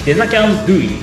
デザキャンドゥイ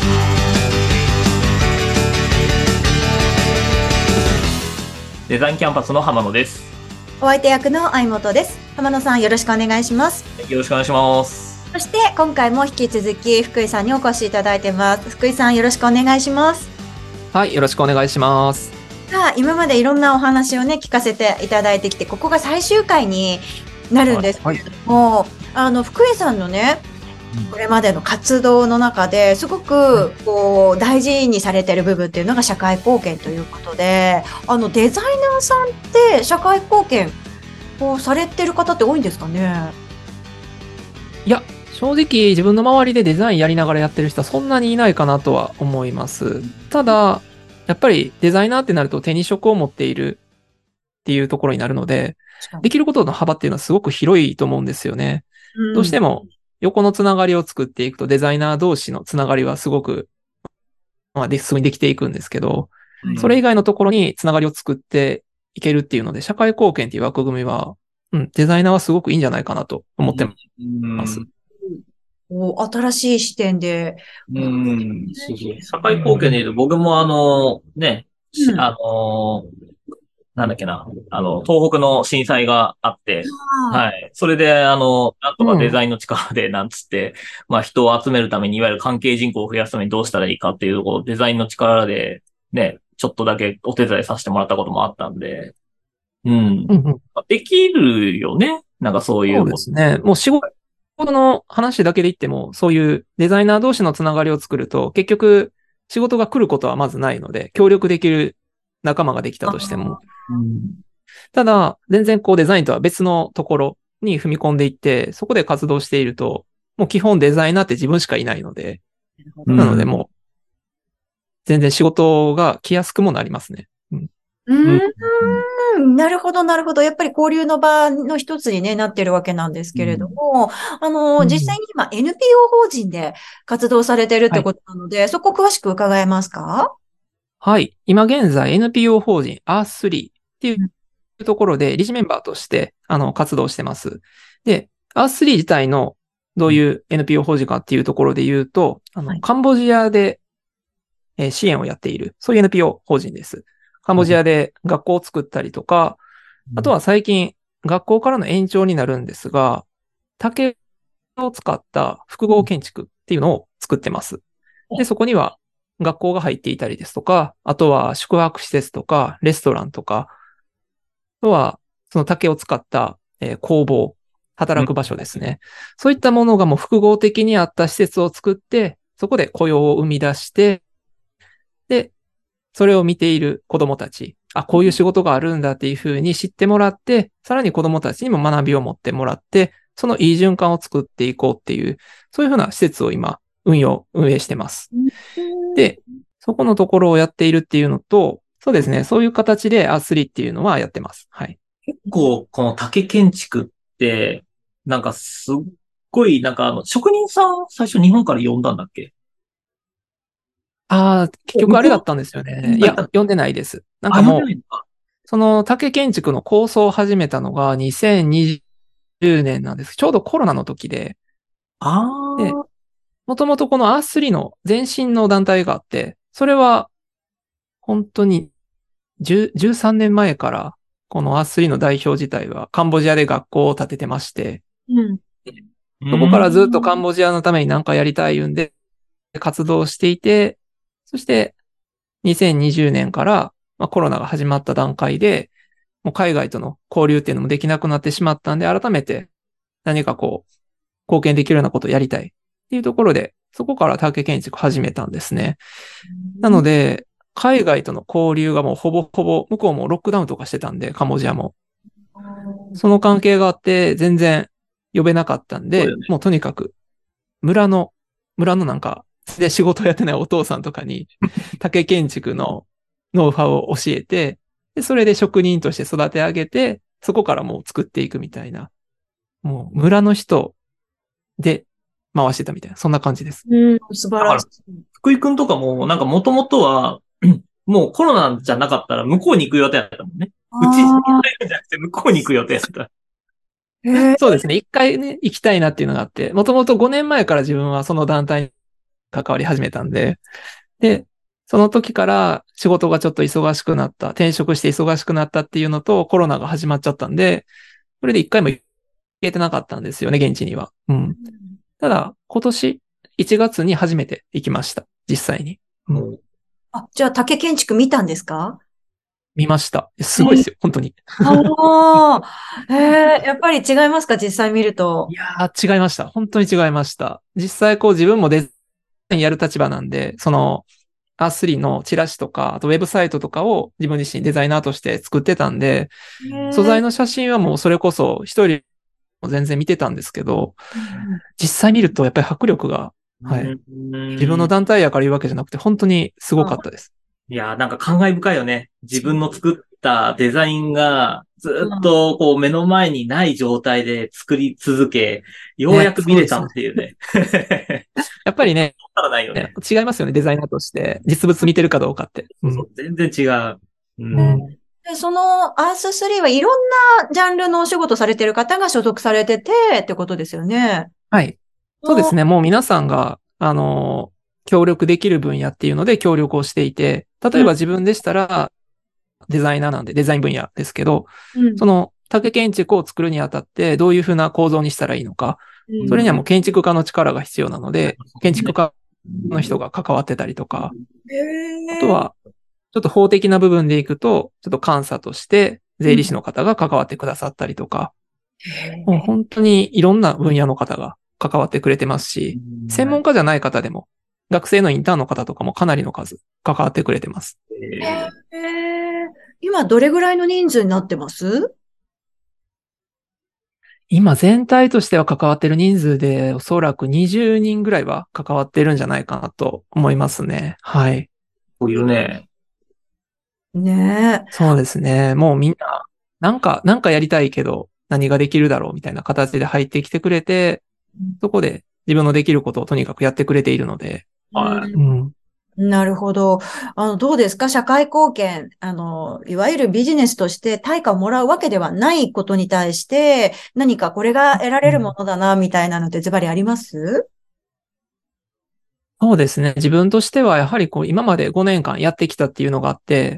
デザインキャンパスの浜野です。 お相手役の相本です。浜野さん、よろしくお願いします。 よろしくお願いします。 そして今回も引き続き福井さんにお越しいただいてます。福井さん、よろしくお願いします。 はい、よろしくお願いします。 さあ、今までいろんなお話をね聞かせていただいてきて、ここが最終回になるんですけれども、福井さんのねこれまでの活動の中ですごくこう大事にされている部分っていうのが社会貢献ということで、デザイナーさんって社会貢献をされてる方って多いんですかね？ いや、正直自分の周りでデザインやりながらやってる人はそんなにいないかなとは思います。ただ、やっぱりデザイナーってなると手に職を持っているっていうところになるので、できることの幅っていうのはすごく広いと思うんですよね。どうしても横のつながりを作っていくとデザイナー同士のつながりはすごく、すぐにできていくんですけど、それ以外のところにつながりを作っていけるっていうので、社会貢献っていう枠組みは、デザイナーはすごくいいんじゃないかなと思ってます。 新しい視点で。 そうそう。社会貢献で言うと、僕もなんだっけな、東北の震災があって、はい。それで、なんとかデザインの力で、なんつって、人を集めるために、いわゆる関係人口を増やすためにどうしたらいいかっていうところ、デザインの力で、ね、ちょっとだけお手伝いさせてもらったこともあったんで、できるよね。なんかそういう。 そうですね。もう仕事の話だけで言っても、そういうデザイナー同士のつながりを作ると、結局仕事が来ることはまずないので、協力できる仲間ができたとしても。ただ、全然こうデザインとは別のところに踏み込んでいって、そこで活動していると、もう基本デザイナーって自分しかいないので、なのでもう、全然仕事が来やすくもなりますね。 なるほど、なるほど。やっぱり交流の場の一つに、ね、なってるわけなんですけれども、実際に今 NPO 法人で活動されているってことなので、そこ詳しく伺えますか？ はい。今現在 NPO 法人 Earth3 っていうところで理事メンバーとして活動してます。で、Earth3 自体のどういう NPO 法人かっていうところで言うと、カンボジアで支援をやっている、そういう NPO 法人です。カンボジアで学校を作ったりとか、あとは最近学校からの延長になるんですが、竹を使った複合建築っていうのを作ってます。で、そこには学校が入っていたりですとか、あとは宿泊施設とか、レストランとか、あとはその竹を使った、工房、働く場所ですね。そういったものがもう複合的にあった施設を作って、そこで雇用を生み出して、で、それを見ている子供たち、こういう仕事があるんだっていうふうに知ってもらって、さらに子供たちにも学びを持ってもらって、そのいい循環を作っていこうっていう、そういうふうな施設を今、運営してます。で、そこのところをやっているっていうのと、そうですね、そういう形でアスリっていうのはやってます。はい。 結構、この竹建築って、なんかすっごい、職人さん最初日本から呼んだんだっけ？ 結局あれだったんですよね。いや、呼んでないです。なんかもう、その竹建築の構想を始めたのが2020年なんです。ちょうどコロナの時で。で、もともとこのアース3の前身の団体があって、それは本当に13年前からこのアース3の代表自体はカンボジアで学校を建ててまして、そこからずっとカンボジアのために何かやりたいんで活動していて、そして2020年からコロナが始まった段階で、もう海外との交流っていうのもできなくなってしまったんで、改めて何かこう、貢献できるようなことをやりたいっていうところで、そこから竹建築始めたんですね。なので、海外との交流がもうほぼほぼ、向こうもロックダウンとかしてたんで、カンボジアも。その関係があって、全然呼べなかったんで、もうとにかく、村のなんか、で仕事やってないお父さんとかに、竹建築のノウハウを教えて、で、それで職人として育て上げて、そこからもう作っていくみたいな。もう村の人で回してたみたいな、そんな感じです。 素晴らしい。 福井くんとかも、なんかもともとは、もうコロナじゃなかったら向こうに行く予定だったもんね。うちに入るんじゃなくて向こうに行く予定だった。 そうですね。一回ね、行きたいなっていうのがあって、もともと5年前から自分はその団体関わり始めたんで、で、その時から仕事がちょっと忙しくなった、転職して忙しくなったっていうのとコロナが始まっちゃったんで、それで一回も行けてなかったんですよね、現地には。うん。ただ、今年1月に初めて行きました。実際に。うん、 じゃあ竹建築見たんですか？ 見ました。すごいですよ、本当に。 やっぱり違いますか、実際見ると。 いやー、違いました。本当に違いました。実際自分もデザインやる立場なんで、R3 のチラシとか、あとウェブサイトとかを自分自身デザイナーとして作ってたんで、素材の写真はもうそれこそ一人も全然見てたんですけど、実際見るとやっぱり迫力が、はい。自分の団体やから言うわけじゃなくて、本当にすごかったです。 いやー、なんか感慨深いよね。自分の作ったデザインがずっと目の前にない状態で作り続け、ようやく見れたっていうね。 やっぱりね、 ないよね。 違いますよね、デザイナーとして。実物見てるかどうかって。 そう全然違う。 で、そのアース3はいろんなジャンルのお仕事されてる方が所属されててってことですよね。 はい。そうですね。もう皆さんが、協力できる分野っていうので協力をしていて、例えば自分でしたらデザイナーなんでデザイン分野ですけど、その竹建築を作るにあたってどういうふうな構造にしたらいいのか、それにはもう建築家の力が必要なので、建築家の人が関わってたりとか、あとは、ちょっと法的な部分でいくと、ちょっと監査として税理士の方が関わってくださったりとか、もう本当にいろんな分野の方が関わってくれてますし、専門家じゃない方でも、学生のインターンの方とかもかなりの数関わってくれてます。 今どれぐらいの人数になってます？ 今全体としては関わってる人数でおそらく20人ぐらいは関わってるんじゃないかなと思いますね。はい。 いるね。 ねえ。 そうですね。もうみんな、なんかやりたいけど何ができるだろうみたいな形で入ってきてくれて、そこで自分のできることをとにかくやってくれているので。 なるほど。どうですか、社会貢献。いわゆるビジネスとして対価をもらうわけではないことに対して、何かこれが得られるものだな、みたいなのってズバリあります？ そうですね。自分としてはやはり今まで5年間やってきたっていうのがあって、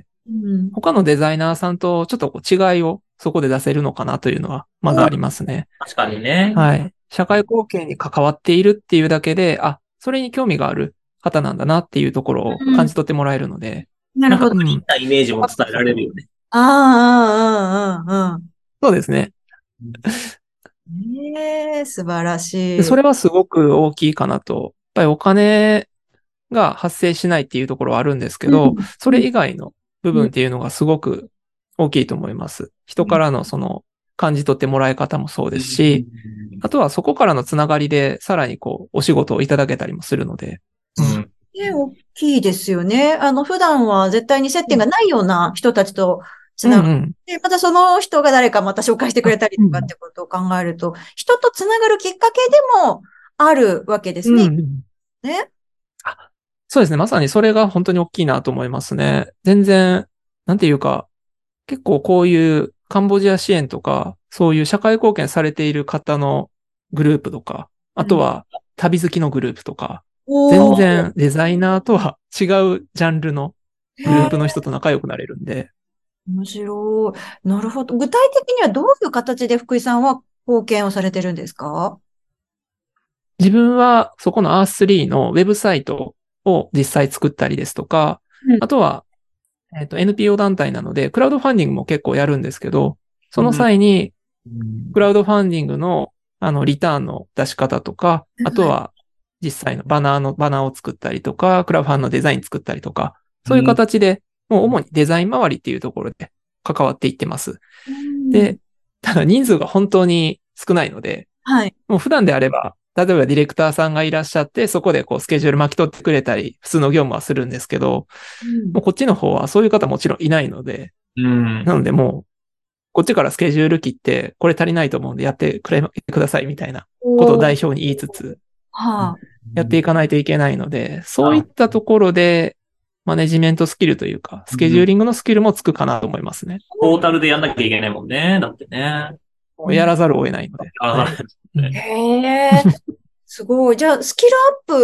他のデザイナーさんとちょっと違いをそこで出せるのかなというのはまだありますね。 確かにね。 はい。社会貢献に関わっているっていうだけで、それに興味がある方なんだなっていうところを感じ取ってもらえるので。 なるほど。 いいなイメージも伝えられるよね。 そうですね。 素晴らしい。 それはすごく大きいかなと。やっぱりお金が発生しないっていうところはあるんですけど、それ以外の部分っていうのがすごく大きいと思います。人からの感じ取ってもらい方もそうですし、あとはそこからのつながりでさらにお仕事をいただけたりもするので。 大きいですよね。普段は絶対に接点がないような人たちとつながって、またその人が誰かまた紹介してくれたりとかってことを考えると、人とつながるきっかけでもあるわけですね。ね。 そうですね。まさにそれが本当に大きいなと思いますね。全然、なんていうか、結構こういうカンボジア支援とか、そういう社会貢献されている方のグループとか、あとは旅好きのグループとか、全然デザイナーとは違うジャンルのグループの人と仲良くなれるんで。 面白い。なるほど。具体的にはどういう形で福井さんは貢献をされてるんですか？ 自分はそこの R3 のウェブサイトを実際作ったりですとか、あとは、NPO 団体なので、クラウドファンディングも結構やるんですけど、その際に、クラウドファンディングの、リターンの出し方とか、あとは、実際のバナーを作ったりとか、クラファンのデザイン作ったりとか、そういう形で、もう主にデザイン周りっていうところで関わっていってます。で、ただ人数が本当に少ないので、もう普段であれば、例えばディレクターさんがいらっしゃって、そこでスケジュール巻き取ってくれたり、普通の業務はするんですけど、もうこっちの方はそういう方もちろんいないので、なのでもう、こっちからスケジュール切って、これ足りないと思うんでやってくださいみたいなことを代表に言いつつ、やっていかないといけないので、そういったところで、マネジメントスキルというか、スケジューリングのスキルもつくかなと思いますね。 トータルでやんなきゃいけないもんね。だってね。 やらざるを得ないので。 へえ、すごい。じゃあ、スキルアップ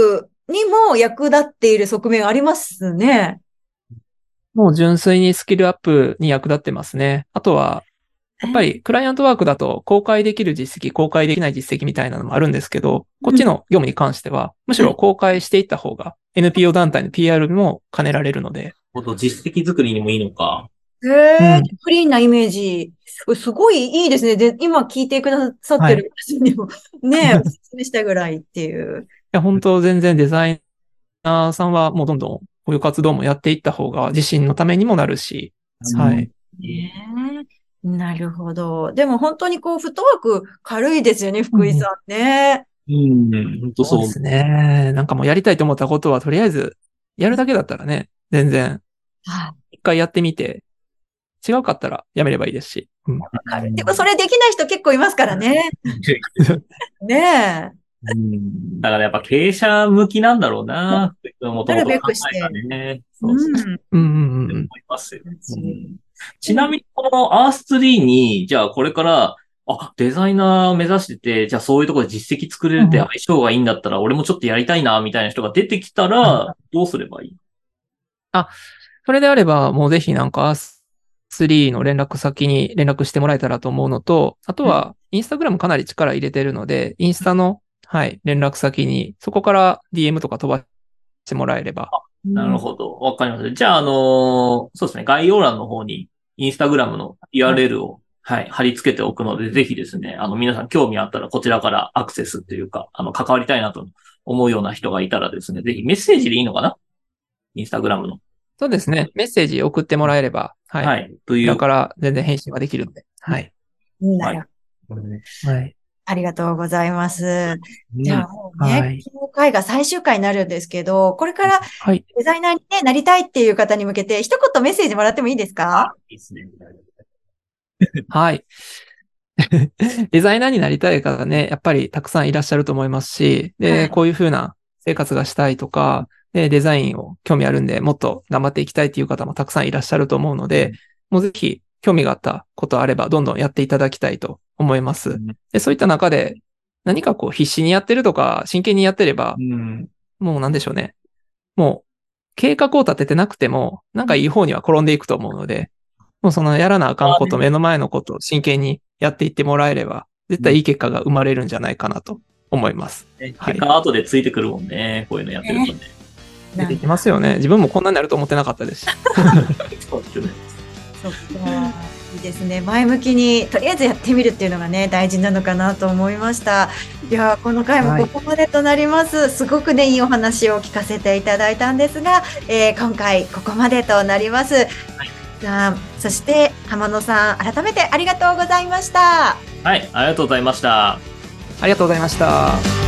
にも役立っている側面ありますね。 もう純粋にスキルアップに役立ってますね。あとは、やっぱりクライアントワークだと公開できる実績、公開できない実績みたいなのもあるんですけど、こっちの業務に関しては、むしろ公開していった方が NPO 団体の PR も兼ねられるので。 実績作りにもいいのか。 へえ、クリーンなイメージ。すごいいいですね。で、今聞いてくださってる方にも、ね、お勧めしたぐらいっていう。 いや、本当全然デザイナーさんはもうどんどんこういう活動もやっていった方が自身のためにもなるし、はい。 なるほど。でも本当にフットワーク軽いですよね、福井さんね。 本当そう。 そうですね。なんかもうやりたいと思ったことはとりあえずやるだけだったらね、全然。一回やってみて、違うかったらやめればいいですし。 でもそれできない人結構いますからね。ねえ。 だからやっぱ経営者向きなんだろうな。もともと考えがね。思いますよ。ちなみにこのアースツリーに、じゃあこれから、デザイナー目指してて、じゃあそういうところで実績作れて相性がいいんだったら、俺もちょっとやりたいな、みたいな人が出てきたら、どうすればいい？ それであれば、もうぜひなんかアースツリーの連絡先に連絡してもらえたらと思うのと、あとは、インスタグラムかなり力入れてるので、インスタの、連絡先に、そこから DM とか飛ばしてもらえれば。 なるほど。わかりました。じゃあ、そうですね。概要欄の方に、インスタグラムの URL を、貼り付けておくので、ぜひですね、皆さん興味あったらこちらからアクセスというか、関わりたいなと思うような人がいたらですね、ぜひメッセージでいいのかな？インスタグラムの。 そうですね。メッセージ送ってもらえれば、という。だから全然返信はできるので、 なるほど。ありがとうございます。じゃあもうね、この回が最終回になるんですけど、これからデザイナーに、なりたいっていう方に向けて、一言メッセージもらってもいいですか？ いいですね。 はい。デザイナーになりたい方ね、やっぱりたくさんいらっしゃると思いますし、で、こういうふうな生活がしたいとか、デザインを興味あるんで、もっと頑張っていきたいっていう方もたくさんいらっしゃると思うので、もうぜひ興味があったことあれば、どんどんやっていただきたいと思います。で、そういった中で、何か必死にやってるとか、真剣にやってれば、もうなんでしょうね。もう、計画を立ててなくても、なんかいい方には転んでいくと思うので、もうそのやらなあかんこと、目の前のことを真剣にやっていってもらえれば、絶対いい結果が生まれるんじゃないかなと思います。 結果後でついてくるもんね。こういうのやってるとね。 出てきますよね。自分もこんなになると思ってなかったですし。 そうですね。そっか。いいですね。前向きに、とりあえずやってみるっていうのがね、大事なのかなと思いました。いや、この回もここまでとなります。すごくね、いいお話を聞かせていただいたんですが、今回ここまでとなります。そして浜野さん、改めてありがとうございました。 はい、ありがとうございました。 ありがとうございました。